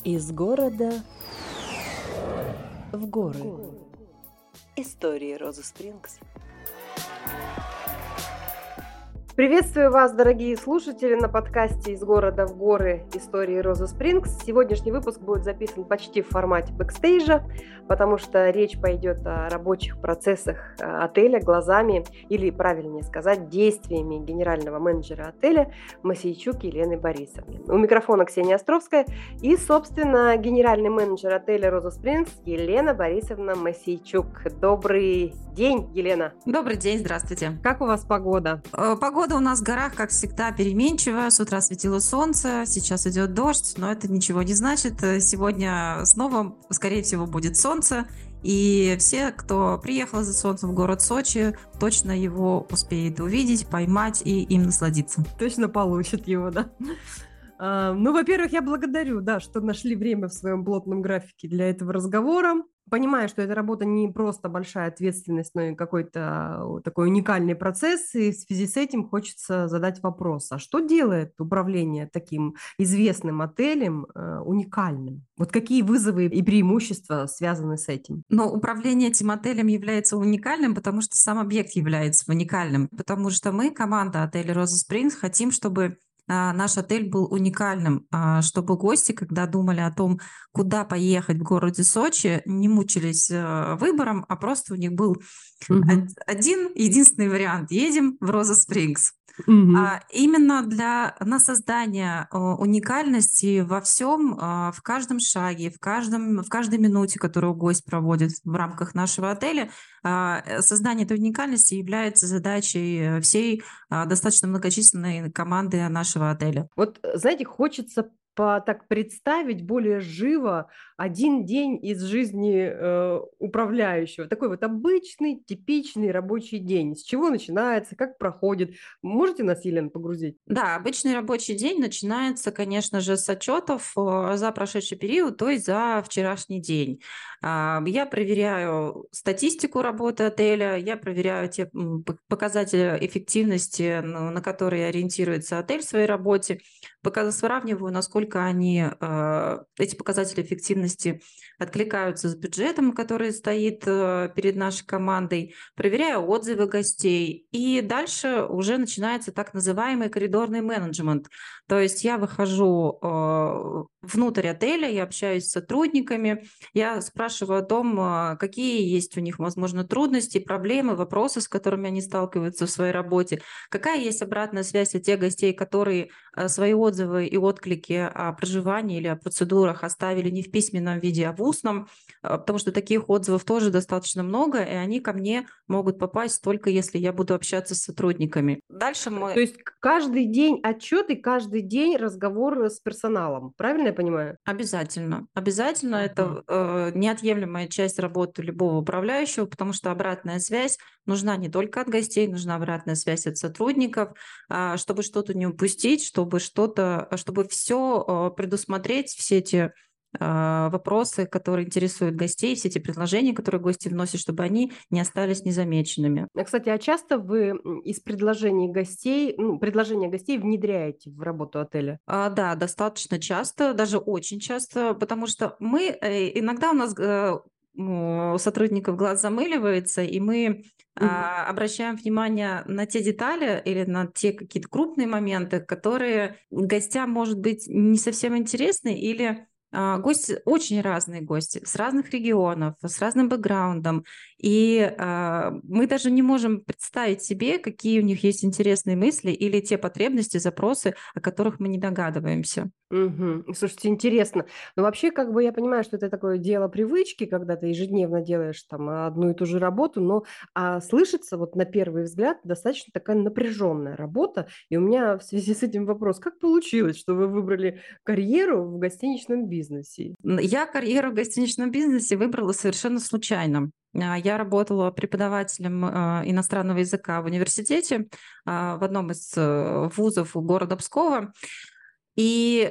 Из города в горы. Истории Розы Спрингс. Приветствую вас, дорогие слушатели, на подкасте «Из города в горы. Истории Розы Спрингс». Сегодняшний выпуск будет записан почти в формате бэкстейджа, потому что речь пойдет о рабочих процессах отеля глазами, или, правильнее сказать, действиями генерального менеджера отеля Мосейчук Елены Борисовны. У микрофона Ксения Островская и, собственно, генеральный менеджер отеля «Роза Спрингс» Елена Борисовна Мосейчук. Добрый день, Елена. Добрый день, здравствуйте. Как у вас погода? Погода у нас в горах, как всегда, переменчивая. С утра светило солнце, сейчас идет дождь, но это ничего не значит. Сегодня снова, скорее всего, будет солнце. И все, кто приехал за солнцем в город Сочи, точно его успеет увидеть, поймать и им насладиться. Точно получит его, да? Во-первых, я благодарю, что нашли время в своем плотном графике для этого разговора. Понимаю, что эта работа не просто большая ответственность, но и какой-то такой уникальный процесс, и в связи с этим хочется задать вопрос, а что делает управление таким известным отелем уникальным? Вот какие вызовы и преимущества связаны с этим? Но управление этим отелем является уникальным, потому что сам объект является уникальным, потому что мы, команда отеля «Роза Спрингс», хотим, чтобы наш отель был уникальным, чтобы гости, когда думали о том, куда поехать в городе Сочи, не мучились выбором, а просто у них был один единственный вариант: едем в Роза Спрингс. Именно на создание уникальности во всем, в каждом шаге, в каждой минуте, которую гость проводит в рамках нашего отеля, создание этой уникальности является задачей всей достаточно многочисленной команды нашего отеля. Вот, знаете, хочется так представить более живо один день из жизни управляющего. Такой вот обычный, типичный рабочий день. С чего начинается, как проходит? Можете нас, Елена, погрузить? Да, обычный рабочий день начинается, конечно же, с отчетов за прошедший период, то есть за вчерашний день. Я проверяю статистику работы отеля, я проверяю те показатели эффективности, на которые ориентируется отель в своей работе, сравниваю, насколько эти показатели эффективности откликаются с бюджетом, который стоит перед нашей командой, проверяю отзывы гостей, и дальше уже начинается так называемый коридорный менеджмент. То есть я выхожу внутрь отеля, я общаюсь с сотрудниками, я спрашиваю о том, какие есть у них, возможно, трудности, проблемы, вопросы, с которыми они сталкиваются в своей работе, какая есть обратная связь от тех гостей, которые свои отзывы и отклики о проживании или о процедурах оставили не в письменном виде, а в устном, потому что таких отзывов тоже достаточно много, и они ко мне могут попасть только если я буду общаться с сотрудниками. Дальше То есть каждый день отчет и каждый день разговор с персоналом, правильно я понимаю? Обязательно. Обязательно. Это неотъемлемая часть работы любого управляющего, потому что обратная связь нужна не только от гостей, нужна обратная связь от сотрудников, чтобы что-то не упустить, чтобы все предусмотреть, все эти вопросы, которые интересуют гостей, все эти предложения, которые гости вносят, чтобы они не остались незамеченными. Кстати, а часто вы из предложения гостей внедряете в работу отеля? Да, достаточно часто, даже очень часто, потому что иногда у нас у сотрудников глаз замыливается, и мы обращаем внимание на те детали или на те какие-то крупные моменты, которые гостям, может быть, не совсем интересны, или гости, очень разные гости, с разных регионов, с разным бэкграундом. И мы даже не можем представить себе, какие у них есть интересные мысли или те потребности, запросы, о которых мы не догадываемся. Слушайте, интересно. Но вообще, я понимаю, что это такое дело привычки, когда ты ежедневно делаешь там одну и ту же работу, но слышится вот на первый взгляд достаточно такая напряженная работа. И у меня в связи с этим вопрос: как получилось, что вы выбрали карьеру в гостиничном бизнесе? Я карьеру в гостиничном бизнесе выбрала совершенно случайно. Я работала преподавателем иностранного языка в университете в одном из вузов города Пскова. И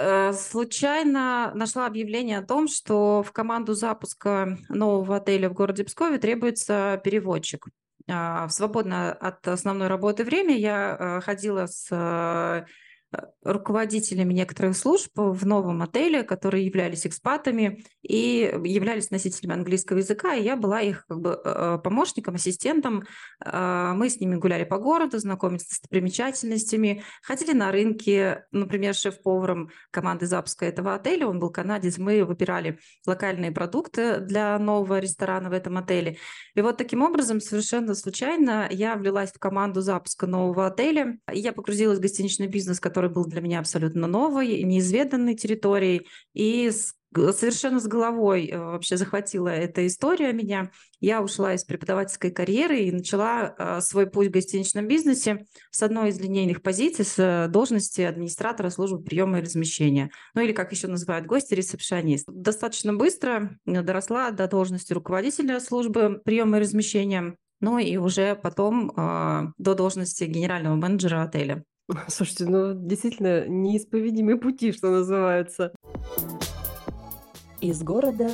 случайно нашла объявление о том, что в команду запуска нового отеля в городе Пскове требуется переводчик. В свободное от основной работы время я ходила с руководителями некоторых служб в новом отеле, которые являлись экспатами и являлись носителями английского языка, и я была их как бы помощником, ассистентом. Мы с ними гуляли по городу, знакомились с достопримечательностями, ходили на рынки, например, шеф-поваром команды запуска этого отеля, он был канадец, мы выбирали локальные продукты для нового ресторана в этом отеле. И вот таким образом, совершенно случайно, я влилась в команду запуска нового отеля, и я погрузилась в гостиничный бизнес, который был для меня абсолютно новой, неизведанной территорией, и совершенно с головой вообще захватила эта история меня. Я ушла из преподавательской карьеры и начала свой путь в гостиничном бизнесе с одной из линейных позиций, с должности администратора службы приема и размещения. Ну или, как еще называют гости, ресепшионист. Достаточно быстро доросла до должности руководителя службы приема и размещения, ну и уже потом до должности генерального менеджера отеля. Слушайте, ну действительно неисповедимые пути, что называется. Из города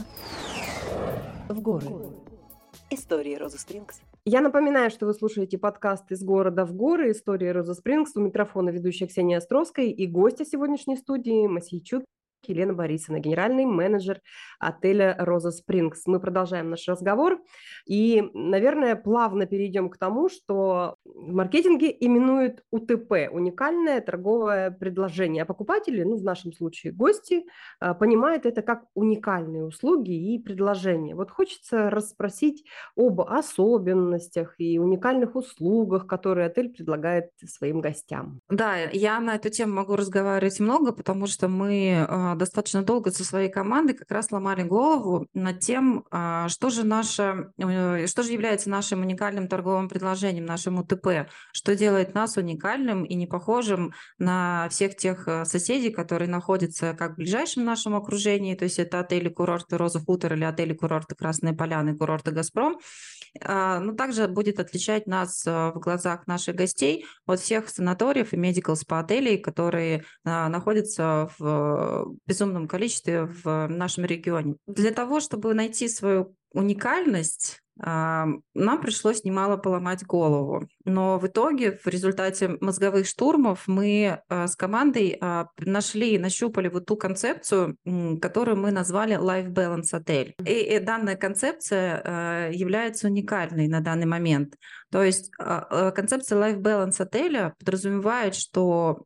в горы. Истории Розы Спрингс. Я напоминаю, что вы слушаете подкаст «Из города в горы. Истории Розы Спрингс». У микрофона ведущая Ксения Островская и гостья сегодняшней студии Мосейчук Елена Борисовна, генеральный менеджер отеля «Роза Спрингс». Мы продолжаем наш разговор и, наверное, плавно перейдем к тому, что в маркетинге именуют УТП – уникальное торговое предложение. А покупатели, ну, в нашем случае гости, понимают это как уникальные услуги и предложения. Вот хочется расспросить об особенностях и уникальных услугах, которые отель предлагает своим гостям. Да, я на эту тему могу разговаривать много, потому что мы достаточно долго со своей командой как раз ломали голову над тем, что же является нашим уникальным торговым предложением, нашим УТП, что делает нас уникальным и не похожим на всех тех соседей, которые находятся как в ближайшем нашем окружении, то есть это отели-курорты «Роза Хутор» или отели-курорты «Красные Поляны», курорты «Газпром», но также будет отличать нас в глазах наших гостей от всех санаториев и медикал-спа-отелей, которые находятся в безумном количестве в нашем регионе. Для того, чтобы найти свою уникальность, нам пришлось немало поломать голову. Но в итоге, в результате мозговых штурмов, мы с командой нащупали вот ту концепцию, которую мы назвали Life Balance Hotel. И данная концепция является уникальной на данный момент. То есть концепция Life Balance отеля подразумевает, что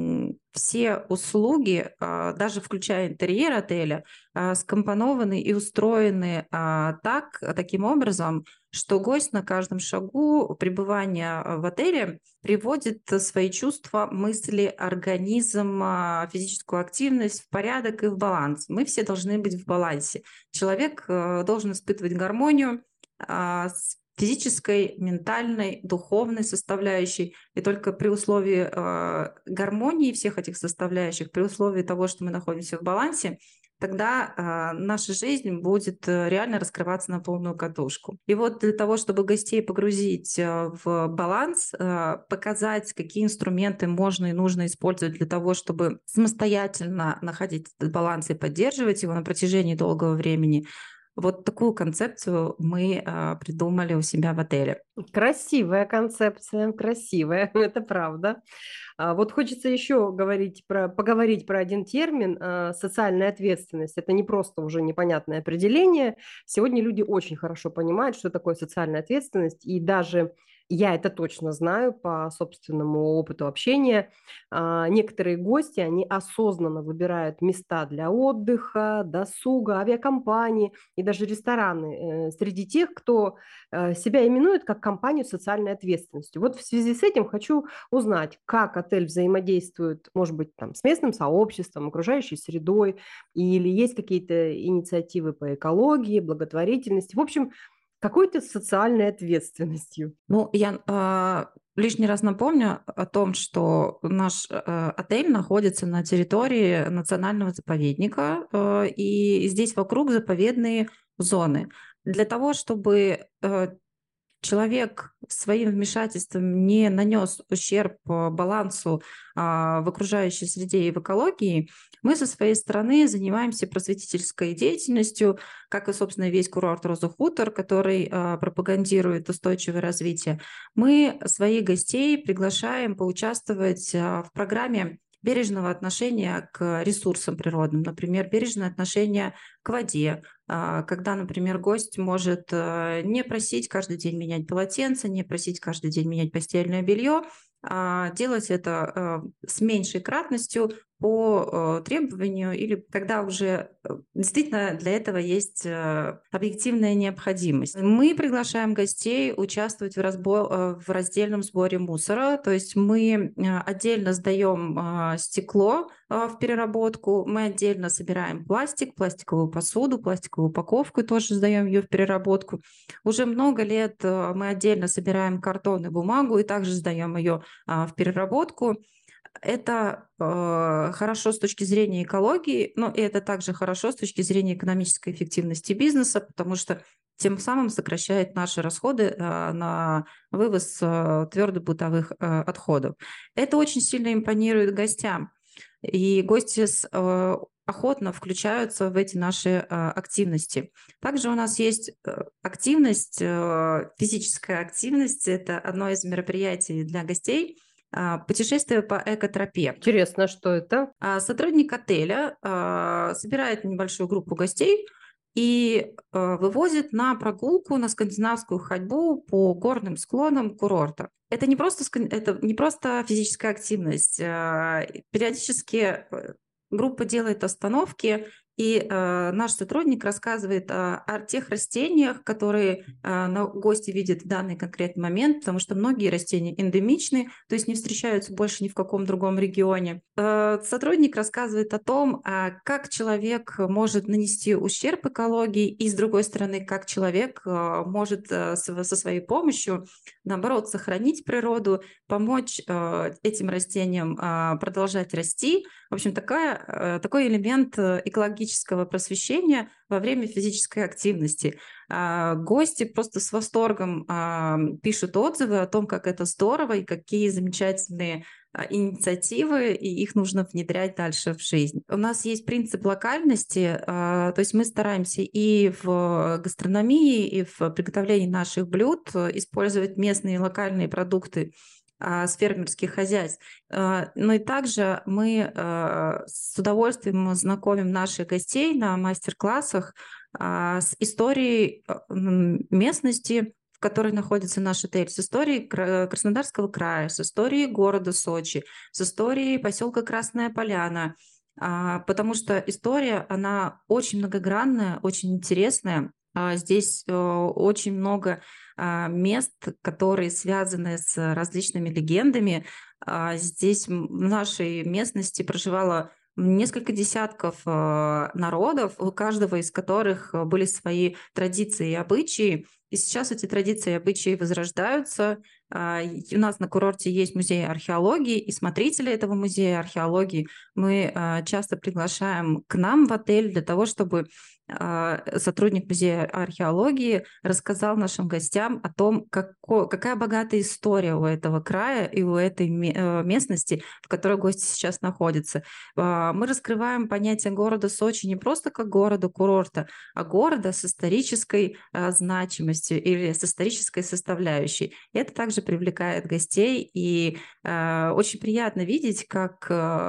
все услуги, даже включая интерьер отеля, скомпонованы и устроены таким образом, что гость на каждом шагу пребывания в отеле приводит свои чувства, мысли, организм, физическую активность в порядок и в баланс. Мы все должны быть в балансе. Человек должен испытывать гармонию с физической, ментальной, духовной составляющей. И только при условии гармонии всех этих составляющих, при условии того, что мы находимся в балансе, тогда наша жизнь будет реально раскрываться на полную катушку. И вот для того, чтобы гостей погрузить в баланс, показать, какие инструменты можно и нужно использовать для того, чтобы самостоятельно находить этот баланс и поддерживать его на протяжении долгого времени, вот такую концепцию мы придумали у себя в отеле. Красивая концепция, красивая, это правда. Вот хочется еще поговорить про один термин – социальная ответственность. Это не просто уже непонятное определение. Сегодня люди очень хорошо понимают, что такое социальная ответственность, и даже я это точно знаю по собственному опыту общения. Некоторые гости, они осознанно выбирают места для отдыха, досуга, авиакомпании и даже рестораны среди тех, кто себя именует как компанию социальной ответственности. Вот в связи с этим хочу узнать, как отель взаимодействует, может быть, там, с местным сообществом, окружающей средой, или есть какие-то инициативы по экологии, благотворительности. В общем, какой-то социальной ответственностью. Ну, я лишний раз напомню о том, что наш отель находится на территории национального заповедника, и здесь вокруг заповедные зоны. Для того, чтобы человек своим вмешательством не нанес ущерб балансу в окружающей среде и в экологии, мы со своей стороны занимаемся просветительской деятельностью, как и, собственно, весь курорт «Роза Хутор», который пропагандирует устойчивое развитие. Мы своих гостей приглашаем поучаствовать в программе бережного отношения к ресурсам природным, например, бережное отношение к воде, когда, например, гость может не просить каждый день менять полотенце, не просить каждый день менять постельное белье, делать это с меньшей кратностью по требованию или когда уже действительно для этого есть объективная необходимость. Мы приглашаем гостей участвовать в раздельном сборе мусора, то есть мы отдельно сдаем стекло в переработку, мы отдельно собираем пластик, пластиковую посуду, пластиковую упаковку, тоже сдаем ее в переработку. Уже много лет мы отдельно собираем картон и бумагу и также сдаем ее в переработку. Это хорошо с точки зрения экологии, но и это также хорошо с точки зрения экономической эффективности бизнеса, потому что тем самым сокращает наши расходы на вывоз твердых бытовых отходов. Это очень сильно импонирует гостям, и гости охотно включаются в эти наши активности. Также у нас есть активность, физическая активность, это одно из мероприятий для гостей, путешествие по экотропе. Интересно, что это? Сотрудник отеля собирает небольшую группу гостей и вывозит на прогулку, на скандинавскую ходьбу по горным склонам курорта. Это не просто физическая активность. Периодически группа делает остановки, и наш сотрудник рассказывает о тех растениях, которые гости видят в данный конкретный момент, потому что многие растения эндемичны, то есть не встречаются больше ни в каком другом регионе. Сотрудник рассказывает о том, как человек может нанести ущерб экологии, и, с другой стороны, как человек может со своей помощью, наоборот, сохранить природу, помочь этим растениям продолжать расти. В общем, такой элемент экологического просвещения во время физической активности. Гости просто с восторгом пишут отзывы о том, как это здорово и какие замечательные инициативы, и их нужно внедрять дальше в жизнь. У нас есть принцип локальности, то есть мы стараемся и в гастрономии, и в приготовлении наших блюд использовать местные локальные продукты с фермерских хозяйств. Но и также мы с удовольствием знакомим наших гостей на мастер-классах с историей местности, в которой находится наш отель, с историей Краснодарского края, с историей города Сочи, с историей поселка Красная Поляна, потому что история, она очень многогранная, очень интересная. Здесь очень много мест, которые связаны с различными легендами. Здесь в нашей местности проживало несколько десятков народов, у каждого из которых были свои традиции и обычаи. И сейчас эти традиции и обычаи возрождаются. У нас на курорте есть музей археологии, и смотрители этого музея археологии мы часто приглашаем к нам в отель для того, чтобы сотрудник музея археологии рассказал нашим гостям о том, какая богатая история у этого края и у этой местности, в которой гости сейчас находятся. Мы раскрываем понятие города Сочи не просто как города-курорта, а города с исторической значимостью или с исторической составляющей. И это также привлекает гостей, и очень приятно видеть, как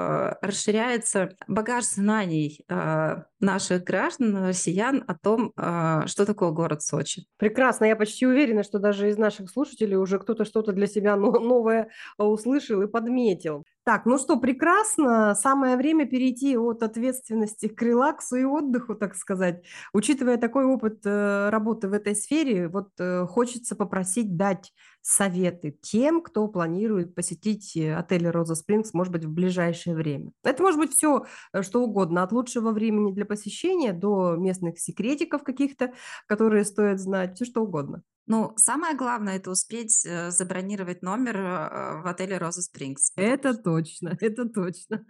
расширяется багаж знаний наших граждан, россиян о том, что такое город Сочи. Прекрасно. Я почти уверена, что даже из наших слушателей уже кто-то что-то для себя новое услышал и подметил. Так, ну что, прекрасно. Самое время перейти от ответственности к релаксу и отдыху, так сказать. Учитывая такой опыт работы в этой сфере, хочется попросить дать советы тем, кто планирует посетить отель Роза Спрингс, может быть, в ближайшее время. Это может быть все, что угодно, от лучшего времени для посещения до местных секретиков каких-то, которые стоит знать, все что угодно. Ну, самое главное – это успеть забронировать номер в отеле Роза Спрингс. Это точно, это точно.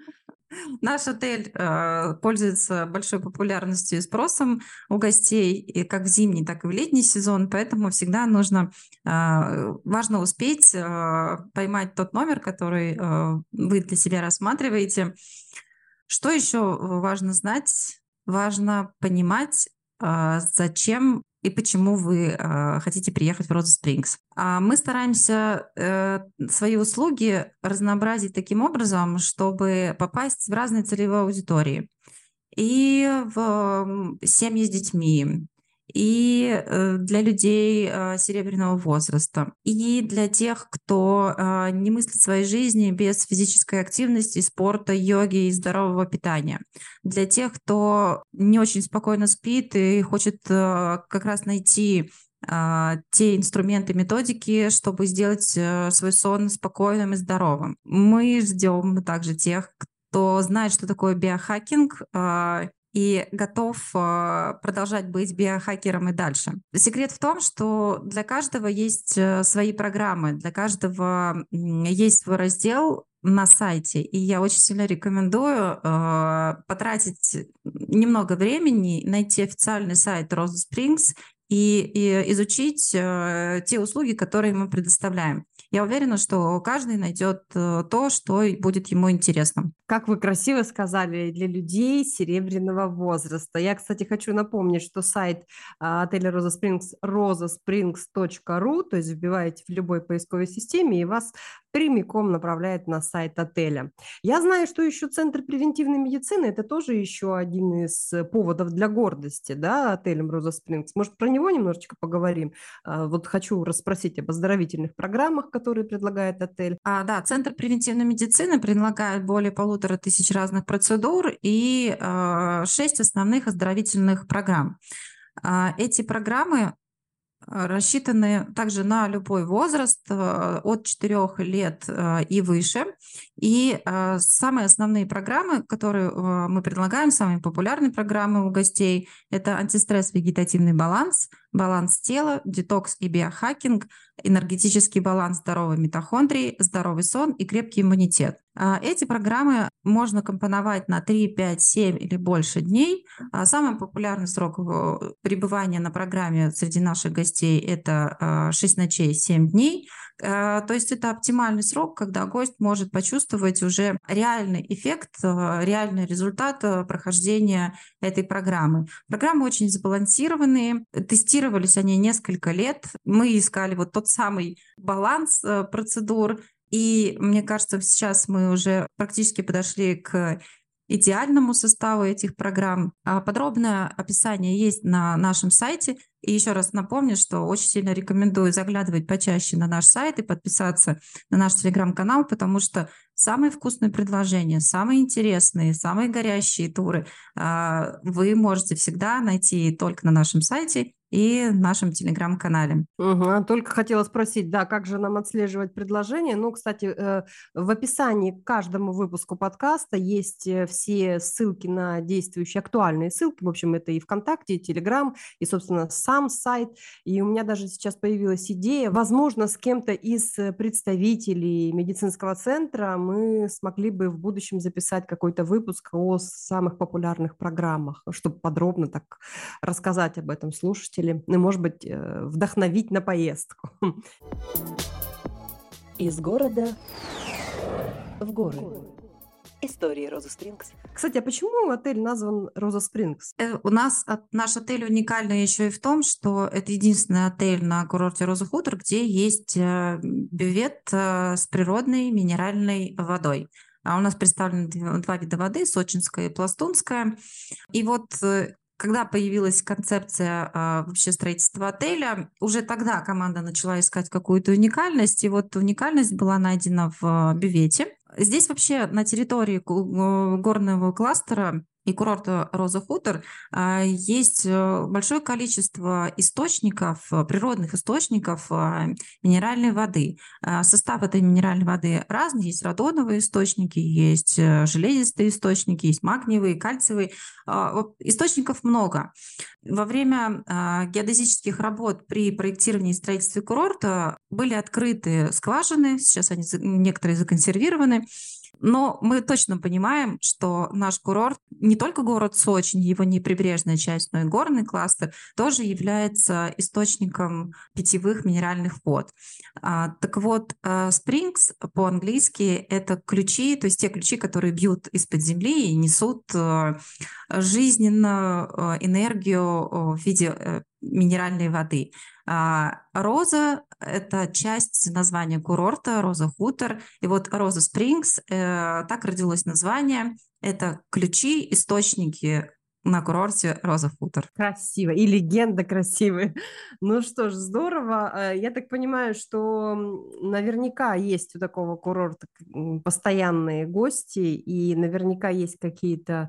Наш отель пользуется большой популярностью и спросом у гостей, и как в зимний, так и в летний сезон, поэтому всегда важно успеть поймать тот номер, который вы для себя рассматриваете. Что еще важно знать? Важно понимать, зачем и почему вы хотите приехать в Роза Спрингс. Мы стараемся свои услуги разнообразить таким образом, чтобы попасть в разные целевые аудитории. И в семьи с детьми, и для людей серебряного возраста, и для тех, кто не мыслит своей жизни без физической активности, спорта, йоги и здорового питания, для тех, кто не очень спокойно спит и хочет как раз найти те инструменты, методики, чтобы сделать свой сон спокойным и здоровым. Мы ждем также тех, кто знает, что такое биохакинг, и готов продолжать быть биохакером и дальше. Секрет в том, что для каждого есть свои программы, для каждого есть свой раздел на сайте, и я очень сильно рекомендую потратить немного времени, найти официальный сайт Роза Спрингс и изучить те услуги, которые мы предоставляем. Я уверена, что каждый найдет то, что будет ему интересно. Как вы красиво сказали, для людей серебряного возраста. Я, кстати, хочу напомнить, что сайт отеля Роза Спрингс rosasprings.ru, то есть вбиваете в любой поисковой системе, и вас прямиком направляет на сайт отеля. Я знаю, что еще Центр превентивной медицины – это тоже еще один из поводов для гордости, да, отелем Роза Спрингс. Может, про него немножечко поговорим? Вот хочу расспросить об оздоровительных программах, которые предлагает отель. Да, Центр превентивной медицины предлагает более 1500 разных процедур и 6 основных оздоровительных программ. Эти программы рассчитаны также на любой возраст от 4 лет и выше. И самые основные программы, которые мы предлагаем, самые популярные программы у гостей, это антистресс, вегетативный баланс, баланс тела, детокс и биохакинг, энергетический баланс, здоровой митохондрии, здоровый сон и крепкий иммунитет. Эти программы можно компоновать на 3, 5, 7 или больше дней. Самый популярный срок пребывания на программе среди наших гостей – это 6 ночей, 7 дней. То есть это оптимальный срок, когда гость может почувствовать уже реальный эффект, реальный результат прохождения этой программы. Программы очень сбалансированные, тестировались они несколько лет. Мы искали вот тот самый баланс процедур, и мне кажется, сейчас мы уже практически подошли к идеальному составу этих программ. Подробное описание есть на нашем сайте. И еще раз напомню, что очень сильно рекомендую заглядывать почаще на наш сайт и подписаться на наш телеграм-канал, потому что самые вкусные предложения, самые интересные, самые горящие туры вы можете всегда найти только на нашем сайте и нашем телеграм-канале. Только хотела спросить, да, как же нам отслеживать предложения? Ну, кстати, в описании к каждому выпуску подкаста есть все ссылки на действующие актуальные ссылки. В общем, это и ВКонтакте, и Телеграм, и, собственно, сам сайт. И у меня даже сейчас появилась идея, возможно, с кем-то из представителей медицинского центра мы смогли бы в будущем записать какой-то выпуск о самых популярных программах, чтобы подробно так рассказать об этом слушателям. И, может быть, вдохновить на поездку. Из города в горы. Истории Роза Спрингс. Кстати, а почему отель назван Роза Спрингс? Наш отель уникальный еще и в том, что это единственный отель на курорте Роза Хутор, где есть бювет с природной минеральной водой. У нас представлены 2 вида воды, сочинская и пластунская. И вот когда появилась концепция вообще строительства отеля, уже тогда команда начала искать какую-то уникальность, и вот уникальность была найдена в бювете. Здесь вообще на территории горного кластера и курорта Роза Хутор есть большое количество источников, природных источников минеральной воды. Состав этой минеральной воды разный. Есть радоновые источники, есть железистые источники, есть магниевые, кальциевые. Источников много. Во время геодезических работ при проектировании и строительстве курорта были открыты скважины, сейчас они некоторые законсервированы. Но мы точно понимаем, что наш курорт, не только город Сочи, его неприбрежная часть, но и горный кластер, тоже является источником питьевых минеральных вод. Так вот, Springs по-английски — это ключи, то есть те ключи, которые бьют из-под земли и несут жизненную энергию в виде минеральной воды. Роза — это часть названия курорта, Роза Хутор. И вот Роза Спрингс, так родилось название. Это ключи, источники на курорте Роза Хутор. Красиво. И легенда красивая. Ну что ж, здорово. Я так понимаю, что наверняка есть у такого курорта постоянные гости, и наверняка есть какие-то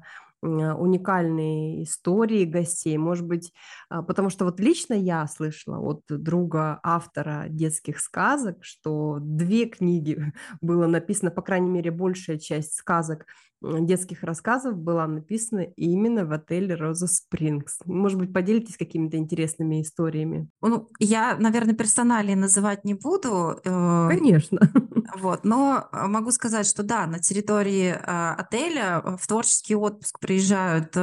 уникальные истории гостей, может быть, потому что вот лично я слышала от друга автора детских сказок, что 2 книги было написано, по крайней мере, большая часть сказок детских рассказов была написана именно в отеле Роза Спрингс. Может быть, поделитесь какими-то интересными историями? Ну, я, наверное, персоналии называть не буду. Конечно. Вот, но могу сказать, что да, на территории отеля в творческий отпуск приезжают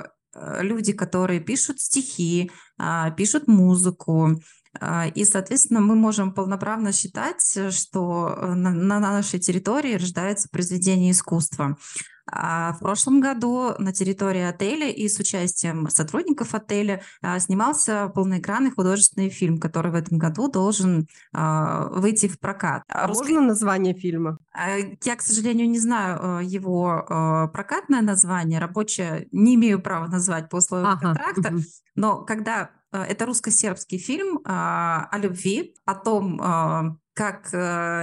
люди, которые пишут стихи, пишут музыку. И, соответственно, мы можем полноправно считать, что на нашей территории рождается произведение искусства. В прошлом году на территории отеля и с участием сотрудников отеля снимался полноэкранный художественный фильм, который в этом году должен выйти в прокат. Можно название фильма? Я, к сожалению, не знаю его прокатное название, рабочее не имею права назвать по условиям контракта, но когда это русско-сербский фильм о любви, о том, как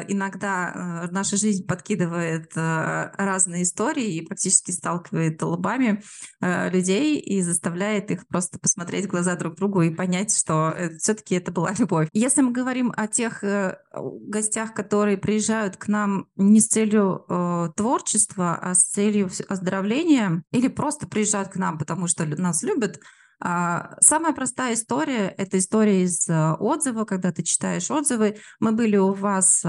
иногда наша жизнь подкидывает разные истории и практически сталкивает лбами людей и заставляет их просто посмотреть в глаза друг другу и понять, что все-таки это была любовь. Если мы говорим о тех гостях, которые приезжают к нам не с целью творчества, а с целью оздоровления, или просто приезжают к нам, потому что нас любят, самая простая история — это история из отзыва, когда ты читаешь отзывы. Мы были у вас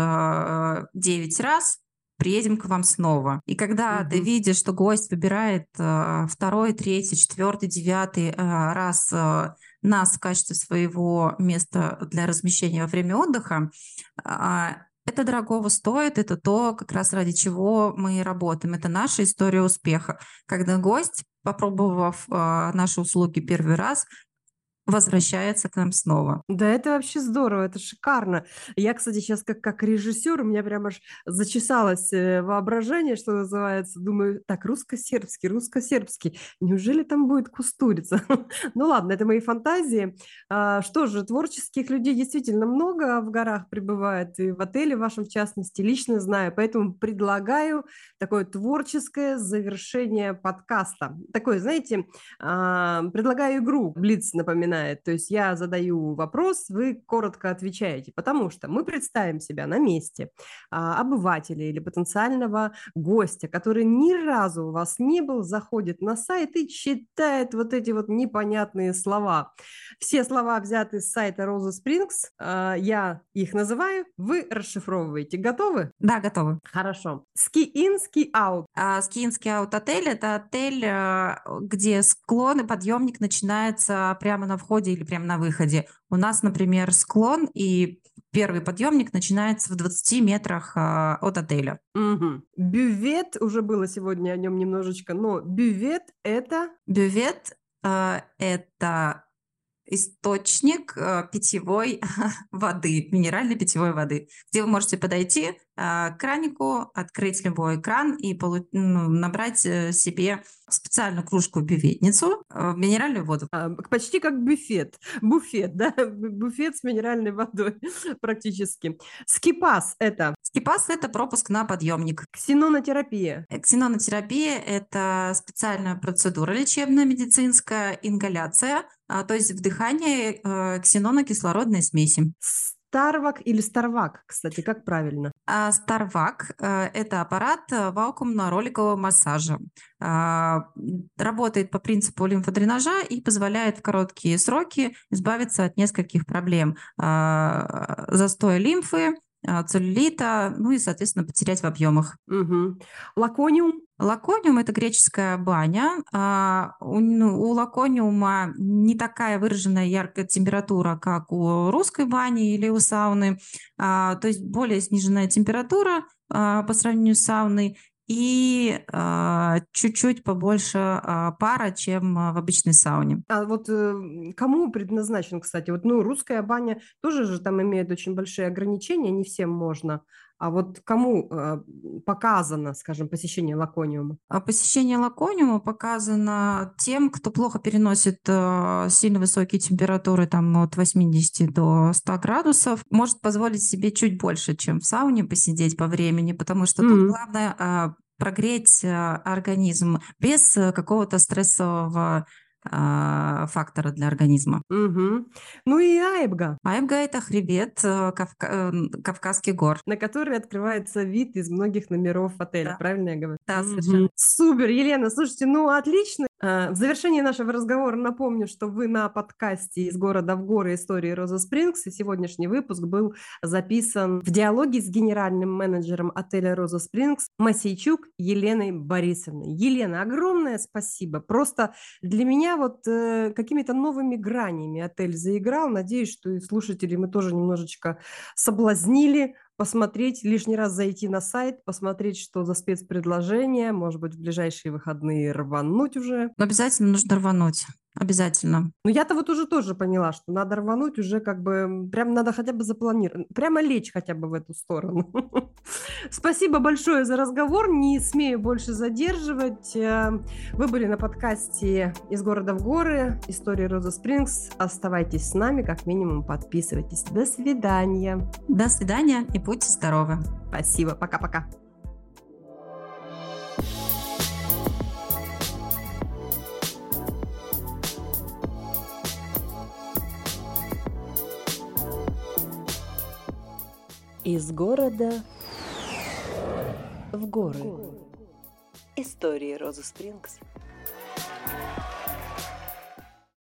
9 раз, приедем к вам снова. И когда ты видишь, что гость выбирает 2-й, 3-й, 4-й, 9-й раз нас в качестве своего места для размещения во время отдыха, это дорогого стоит, это то, как раз ради чего мы и работаем. Это наша история успеха. Когда гость, попробовав наши услуги первый раз, возвращается к нам снова. Да, это вообще здорово, это шикарно. Я, кстати, сейчас как режиссер, у меня прям аж зачесалось воображение, что называется. Думаю, так, русско-сербский, русско-сербский. Неужели там будет Кустурица? Ну ладно, это мои фантазии. Что же, творческих людей действительно много в горах пребывает, и в отеле вашем, в частности, лично знаю. Поэтому предлагаю такое творческое завершение подкаста. Такое, знаете, предлагаю игру. Блиц напоминает. То есть я задаю вопрос, вы коротко отвечаете, потому что мы представим себя на месте обывателя или потенциального гостя, который ни разу у вас не был, заходит на сайт и читает вот эти вот непонятные слова. Все слова взяты с сайта Роза Спрингс, я их называю, вы расшифровываете. Готовы? Да, готовы. Хорошо. Ski-in, ski-out. Ski-in, ski-out отель — это отель, где склон и подъемник начинается прямо на входе или прямо на выходе. У нас, например, склон и первый подъемник начинается в 20 метрах от отеля. Угу. Бювет, уже было сегодня о нем немножечко, но бювет это... Бювет это источник питьевой воды, минеральной питьевой воды, где вы можете подойти к кранику, открыть любой кран и набрать себе специальную кружку-бюветницу, минеральную воду. Почти как буфет, да, буфет с минеральной водой практически. Скипас это? Скипас — это пропуск на подъемник. Ксенонотерапия? Ксенонотерапия — это специальная процедура лечебная, медицинская, ингаляция, то есть вдыхание ксенонокислородной смеси. Старвак или Старвак, кстати, как правильно? Старвак — это аппарат вакуумно-роликового массажа. Работает по принципу лимфодренажа и позволяет в короткие сроки избавиться от нескольких проблем. Застоя лимфы, целлюлита, ну и, соответственно, потерять в объемах. Угу. Лакониум? Лакониум – это греческая баня. У лакониума не такая выраженная яркая температура, как у русской бани или у сауны, то есть более сниженная температура по сравнению с сауной и чуть-чуть побольше пара, чем в обычной сауне. А вот кому предназначен, кстати? Вот, ну, русская баня тоже же там имеет очень большие ограничения, не всем можно. А вот кому показано, скажем, посещение лакониума? Посещение лакониума показано тем, кто плохо переносит сильно высокие температуры, там от 80 до 100 градусов, может позволить себе чуть больше, чем в сауне посидеть по времени, потому что тут главное прогреть организм без какого-то стрессового фактора для организма. Угу. Ну и Аибга. Аибга – это хребет Кавказских гор, на который открывается вид из многих номеров отеля. Да. Правильно я говорю? Да, совершенно. Супер, Елена, слушайте, ну отлично. В завершении нашего разговора напомню, что вы на подкасте «Из города в горы. Истории Роза Спрингс», и сегодняшний выпуск был записан в диалоге с генеральным менеджером отеля «Роза Спрингс» Масейчук Еленой Борисовной. Елена, огромное спасибо. Просто для меня вот какими-то новыми гранями отель заиграл. Надеюсь, что и слушатели мы тоже немножечко соблазнили посмотреть, лишний раз зайти на сайт, посмотреть, что за спецпредложение, может быть, в ближайшие выходные рвануть уже. Но обязательно нужно рвануть. Обязательно. Ну, я-то вот уже тоже поняла, что надо рвануть уже как бы, прям надо хотя бы запланировать, прямо лечь хотя бы в эту сторону. Спасибо большое за разговор, не смею больше задерживать. Вы были на подкасте «Из города в горы. Истории Роза Спрингс». Оставайтесь с нами, как минимум подписывайтесь. До свидания. До свидания и будьте здоровы. Спасибо, пока-пока. Из города в горы. Истории Розы Спрингс.